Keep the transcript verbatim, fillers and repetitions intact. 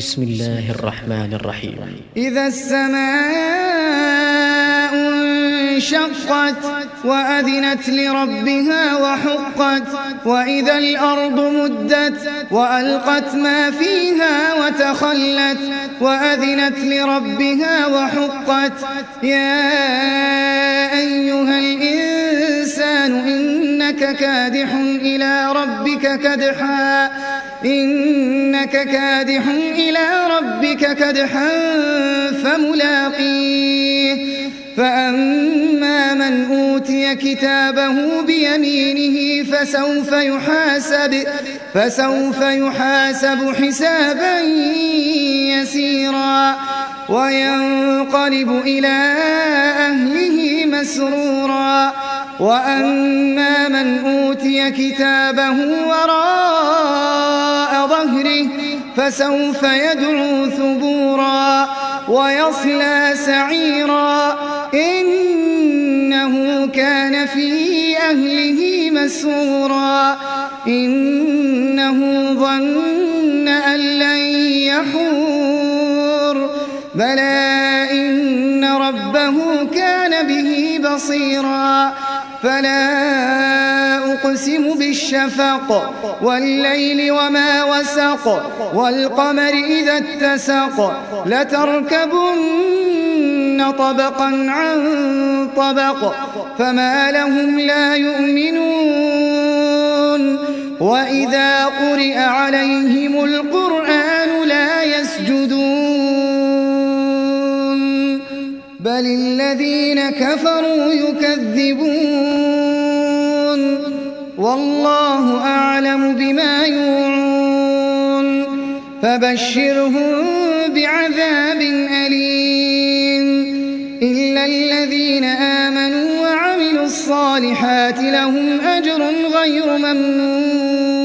بسم الله الرحمن الرحيم. إذا السماء انشقت وأذنت لربها وحقت وإذا الأرض مدت وألقت ما فيها وتخلت وأذنت لربها وحقت يا أيها الإنسان إنك كادح إلى ربك كدحا إنك كادح إلى ربك كدحا فملاقيه فأما من أوتي كتابه بيمينه فسوف يحاسب فسوف يحاسب حسابا يسيرا وينقلب إلى أهله مسرورا وأما من أوتي كتابه وراء ظهره فسوف يدعو ثبورا ويصلى سعيرا إنه كان في أهله مسرورا إنه ظن أن لن يحور بلى إن ربه كان به بصيرا فلا أقسم بالشفق والليل وما وسق والقمر إذا اتسق لتركبن طبقا عن طبق فما لهم لا يؤمنون وإذا قرئ عليهم القرآن لا يسجدون بل الذين كفروا يكذبون والله أعلم بما يوعون فبشرهم بعذاب أليم إلا الذين آمنوا وعملوا الصالحات لهم أجر غير ممنون